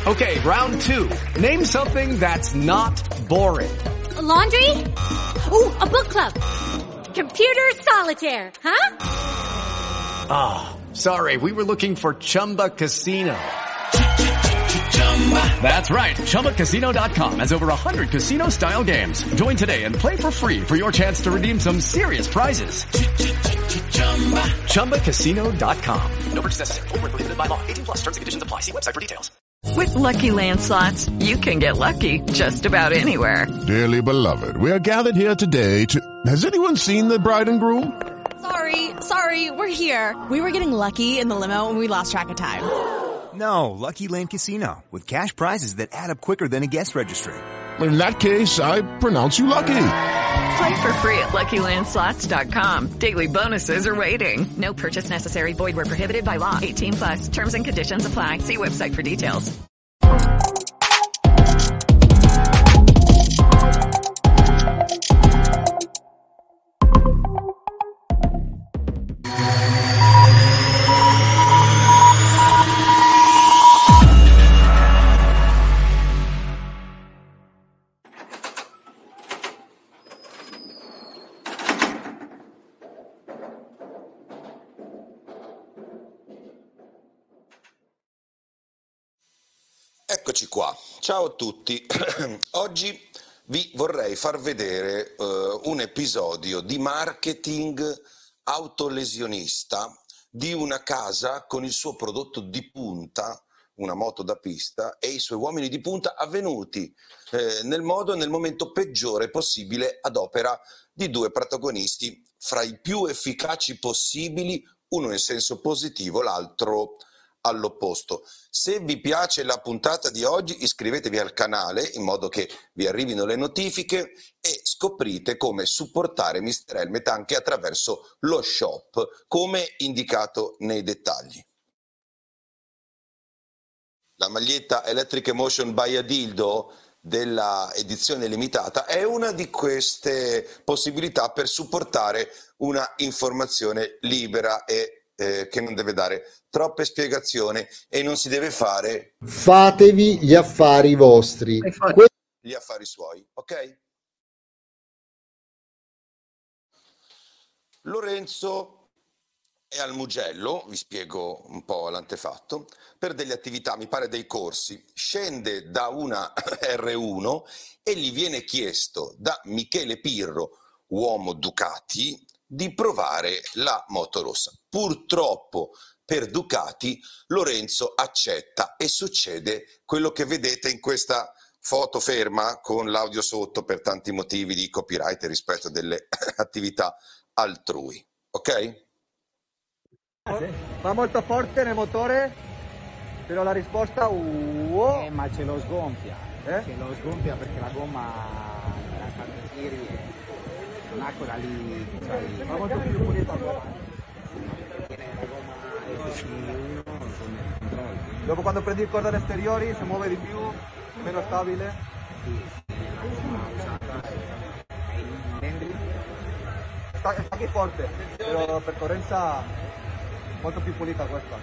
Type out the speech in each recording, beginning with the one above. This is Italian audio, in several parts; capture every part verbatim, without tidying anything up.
Okay, round two. Name something that's not boring. A laundry? Ooh, a book club. Computer solitaire, huh? Ah, oh, sorry, we were looking for Chumba Casino. That's right, Chumba Casino dot com has over one hundred casino-style games. Join today and play for free for your chance to redeem some serious prizes. Chumba Casino dot com. No purchase necessary. Void where prohibited by law. eighteen plus terms and conditions apply. See website for details. With Lucky Land Slots, you can get lucky just about anywhere. Dearly beloved, we are gathered here today to... Has anyone seen the bride and groom? Sorry, sorry, we're here. We were getting lucky in the limo and we lost track of time. No, Lucky Land Casino, with cash prizes that add up quicker than a guest registry. In that case, I pronounce you lucky. Play for free at Lucky Land Slots dot com. Daily bonuses are waiting. No purchase necessary. Void where prohibited by law. eighteen plus. Terms and conditions apply. See website for details. Eccoci qua, ciao a tutti. Oggi vi vorrei far vedere uh, un episodio di marketing autolesionista di una casa con il suo prodotto di punta, una moto da pista, e i suoi uomini di punta, avvenuti eh, nel modo e nel momento peggiore possibile ad opera di due protagonisti fra i più efficaci possibili, uno in senso positivo, l'altro all'opposto. Se vi piace la puntata di oggi, iscrivetevi al canale in modo che vi arrivino le notifiche e scoprite come supportare mister Helmet anche attraverso lo shop, come indicato nei dettagli. La maglietta Electric Emotion by Adildo della edizione limitata è una di queste possibilità per supportare una informazione libera e Eh, che non deve dare troppe spiegazioni e non si deve fare. Fatevi gli affari vostri, que- gli affari suoi, ok? Lorenzo è al Mugello, vi spiego un po' l'antefatto, per delle attività, mi pare dei corsi, scende da una erre uno e gli viene chiesto da Michele Pirro, uomo Ducati, di provare la moto rossa. Purtroppo per Ducati Lorenzo accetta e succede quello che vedete in questa foto ferma con l'audio sotto per tanti motivi di copyright e rispetto delle attività altrui. Ok? Va molto forte nel motore, però la risposta uh, eh, ma ce lo sgonfia, eh? ce lo sgonfia perché la gomma la sta giri e non ha quella lì, cioè, va molto più pulita. Dopo quando prendi il cordone esteriori si muove di più, meno stabile. Sta, sta qui forte, però percorrenza molto più pulita questa.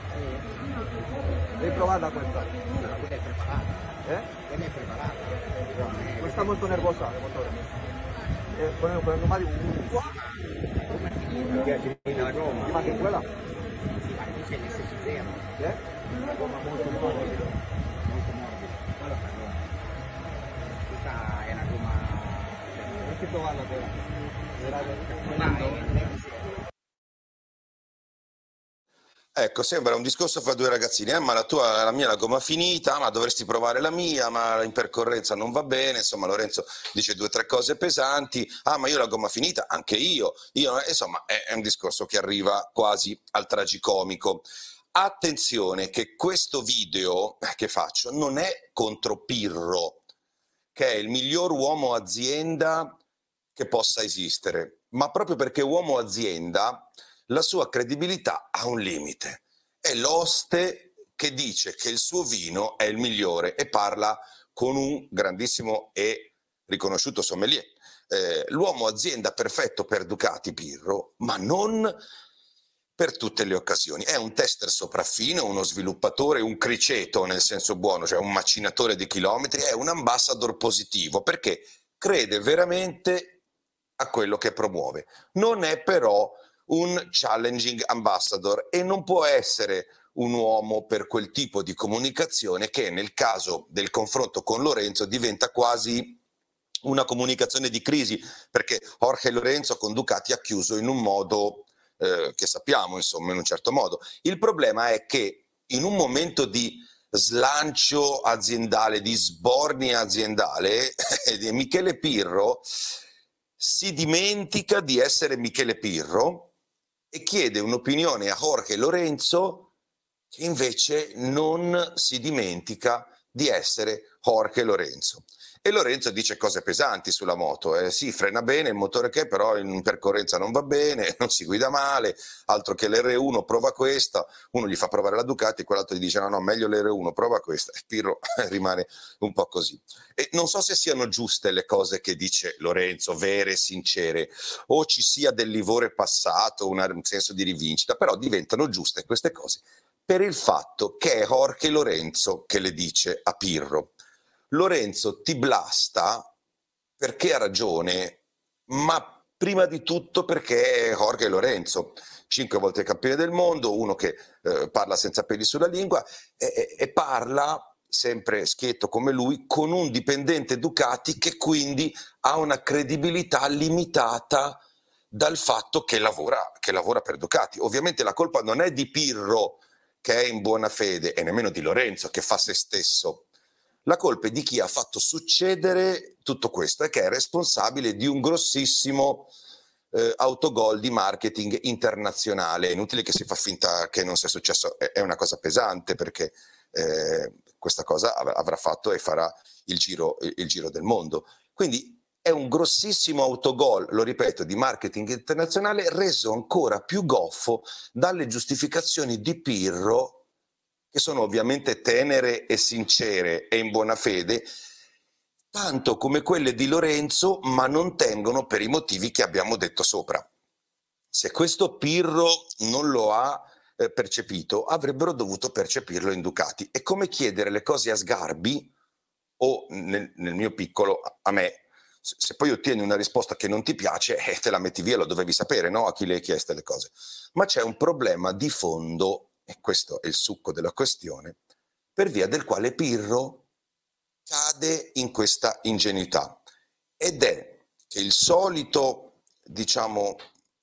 Devi provarla questa. Quella è preparata. Eh? Quella è preparata. Questa è molto nervosa il motore. Eh, con il pneumatico come è finita la gomma? Ma che quella? Sì, ma qui c'è l'esse ci zero. Eh? Una gomma molto morbida, molto morbida. Quello fa gomma. Questa è una gomma. Non si provarla quella. Ecco, sembra un discorso fra due ragazzini, eh? Ma la tua, la mia è la gomma finita, ma dovresti provare la mia, ma in percorrenza non va bene, insomma Lorenzo dice due o tre cose pesanti, ah ma io la gomma finita, anche io, io insomma è, è un discorso che arriva quasi al tragicomico. Attenzione che questo video che faccio non è contro Pirro, che è il miglior uomo azienda che possa esistere, ma proprio perché uomo azienda la sua credibilità ha un limite. È l'oste che dice che il suo vino è il migliore e parla con un grandissimo e riconosciuto sommelier. Eh, l'uomo azienda perfetto per Ducati Pirro, ma non per tutte le occasioni. È un tester sopraffino, uno sviluppatore, un criceto nel senso buono, cioè un macinatore di chilometri, è un ambassador positivo perché crede veramente a quello che promuove. Non è però un challenging ambassador e non può essere un uomo per quel tipo di comunicazione che nel caso del confronto con Lorenzo diventa quasi una comunicazione di crisi, perché Jorge Lorenzo con Ducati ha chiuso in un modo eh, che sappiamo, insomma, in un certo modo. Il problema è che in un momento di slancio aziendale, di sbornia aziendale, Michele Pirro si dimentica di essere Michele Pirro e chiede un'opinione a Jorge Lorenzo che invece non si dimentica di essere Jorge Lorenzo. E Lorenzo dice cose pesanti sulla moto, eh, sì, frena bene il motore che però in percorrenza non va bene, non si guida male, altro che l'R uno, prova questa, uno gli fa provare la Ducati e quell'altro gli dice no no, meglio l'R uno, prova questa, e Pirro rimane un po' così. E non so se siano giuste le cose che dice Lorenzo, vere, sincere, o ci sia del livore passato, un senso di rivincita, però diventano giuste queste cose per il fatto che è Jorge Lorenzo che le dice a Pirro. Lorenzo ti blasta perché ha ragione, ma prima di tutto perché è Jorge Lorenzo, cinque volte campione del mondo, uno che eh, parla senza peli sulla lingua e, e parla sempre schietto come lui con un dipendente Ducati che quindi ha una credibilità limitata dal fatto che lavora, che lavora per Ducati. Ovviamente la colpa non è di Pirro che è in buona fede e nemmeno di Lorenzo che fa se stesso. La colpa è di chi ha fatto succedere tutto questo e che è responsabile di un grossissimo eh, autogol di marketing internazionale. È inutile che si fa finta che non sia successo, è, è una cosa pesante perché eh, questa cosa av- avrà fatto e farà il giro, il, il giro del mondo. Quindi è un grossissimo autogol, lo ripeto, di marketing internazionale reso ancora più goffo dalle giustificazioni di Pirro, che sono ovviamente tenere e sincere e in buona fede, tanto come quelle di Lorenzo, ma non tengono per i motivi che abbiamo detto sopra. Se questo Pirro non lo ha eh, percepito, avrebbero dovuto percepirlo in Ducati. È come chiedere le cose a Sgarbi, o nel, nel mio piccolo, a me. Se poi ottieni una risposta che non ti piace, eh, te la metti via, lo dovevi sapere, no? A chi le hai chieste le cose. Ma c'è un problema di fondo, e questo è il succo della questione, per via del quale Pirro cade in questa ingenuità. Ed è che il solito, diciamo,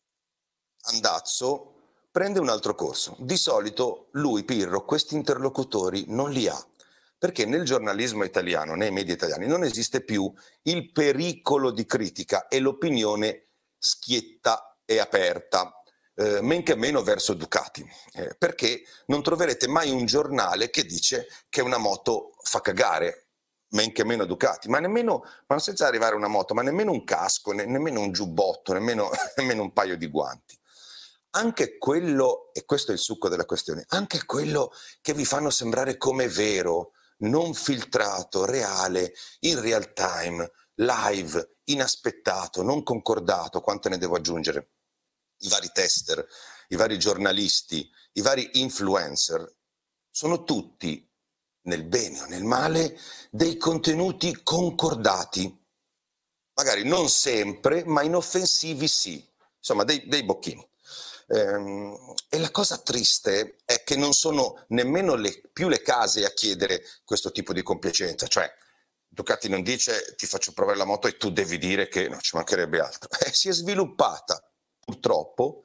andazzo prende un altro corso. Di solito lui, Pirro, questi interlocutori non li ha. Perché nel giornalismo italiano, nei media italiani, non esiste più il pericolo di critica e l'opinione schietta e aperta. Eh, men che meno verso Ducati, eh, perché non troverete mai un giornale che dice che una moto fa cagare, men che meno Ducati, ma nemmeno, ma senza arrivare a una moto, ma nemmeno un casco, ne, nemmeno un giubbotto, nemmeno, nemmeno un paio di guanti. Anche quello, e questo è il succo della questione, anche quello che vi fanno sembrare come vero, non filtrato, reale, in real time, live, inaspettato, non concordato, quante ne devo aggiungere? I vari tester, i vari giornalisti, i vari influencer, sono tutti, nel bene o nel male, dei contenuti concordati. Magari non sempre, ma inoffensivi sì. Insomma, dei, dei bocchini. Ehm, e la cosa triste è che non sono nemmeno le, più le case a chiedere questo tipo di compiacenza. Cioè, Ducati non dice ti faccio provare la moto e tu devi dire che no, ci mancherebbe altro. Eh, si è sviluppata. Purtroppo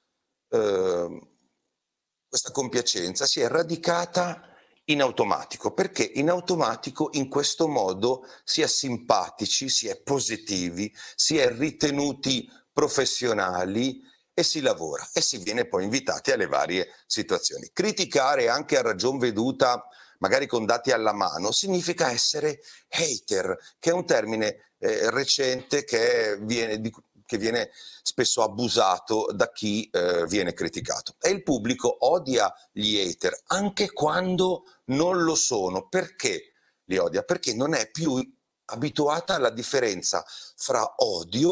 eh, questa compiacenza si è radicata in automatico, perché in automatico in questo modo si è simpatici, si è positivi, si è ritenuti professionali e si lavora e si viene poi invitati alle varie situazioni. Criticare anche a ragion veduta, magari con dati alla mano, significa essere hater, che è un termine eh, recente che viene di che viene spesso abusato da chi eh, viene criticato. E il pubblico odia gli hater, anche quando non lo sono. Perché li odia? Perché non è più abituata alla differenza fra odio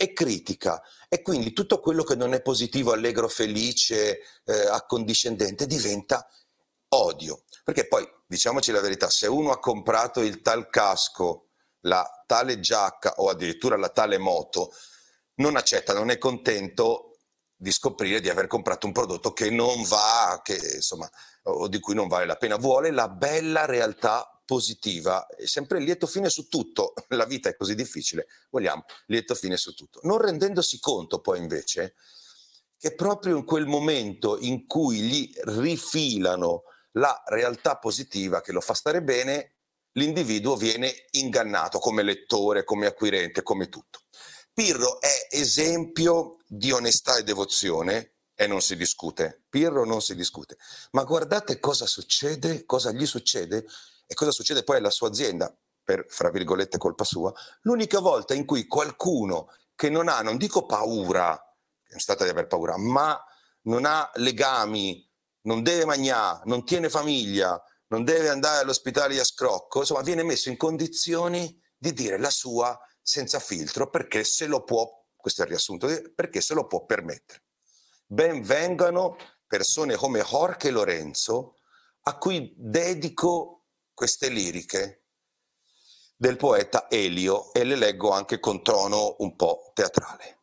è critica, e quindi tutto quello che non è positivo, allegro, felice, eh, accondiscendente diventa odio. Perché poi, diciamoci la verità, se uno ha comprato il tal casco, la tale giacca o addirittura la tale moto, non accetta, non è contento di scoprire di aver comprato un prodotto che non va, che insomma, o di cui non vale la pena. Vuole la bella realtà positiva, è sempre lieto fine su tutto. La vita è così difficile, vogliamo lieto fine su tutto, non rendendosi conto poi invece che proprio in quel momento in cui gli rifilano la realtà positiva che lo fa stare bene, l'individuo viene ingannato come lettore, come acquirente, come tutto. Pirro è esempio di onestà e devozione e non si discute. Pirro non si discute. Ma guardate cosa succede, cosa gli succede e cosa succede poi alla sua azienda, per, fra virgolette, colpa sua. L'unica volta in cui qualcuno che non ha, non dico paura, non si tratta di aver paura, ma non ha legami, non deve mangiare, non tiene famiglia, non deve andare all'ospedale a scrocco, insomma viene messo in condizioni di dire la sua senza filtro, perché se lo può, questo è il riassunto, perché se lo può permettere. Ben vengano persone come Jorge Lorenzo, a cui dedico queste liriche del poeta Elio e le leggo anche con tono un po' teatrale.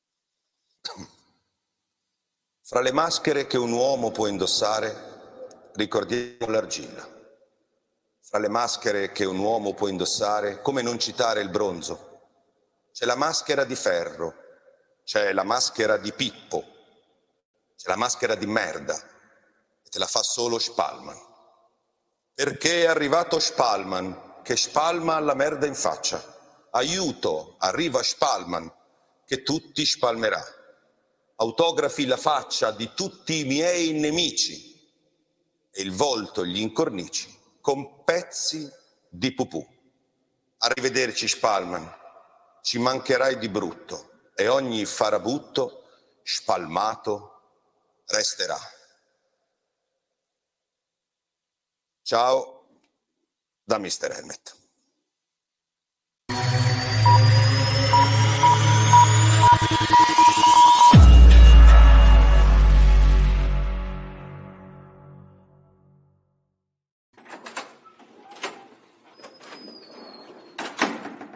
Fra le maschere che un uomo può indossare, ricordiamo l'argilla. Fra le maschere che un uomo può indossare, come non citare il bronzo? C'è la maschera di ferro, c'è la maschera di Pippo, c'è la maschera di merda, e te la fa solo Spalman. Perché è arrivato Spalman, che spalma la merda in faccia. Aiuto, arriva Spalman, che tutti spalmerà. Autografi la faccia di tutti i miei nemici e il volto gli incornici con pezzi di pupù. Arrivederci Spalman, ci mancherai di brutto e ogni farabutto spalmato resterà. Ciao da mister Helmet.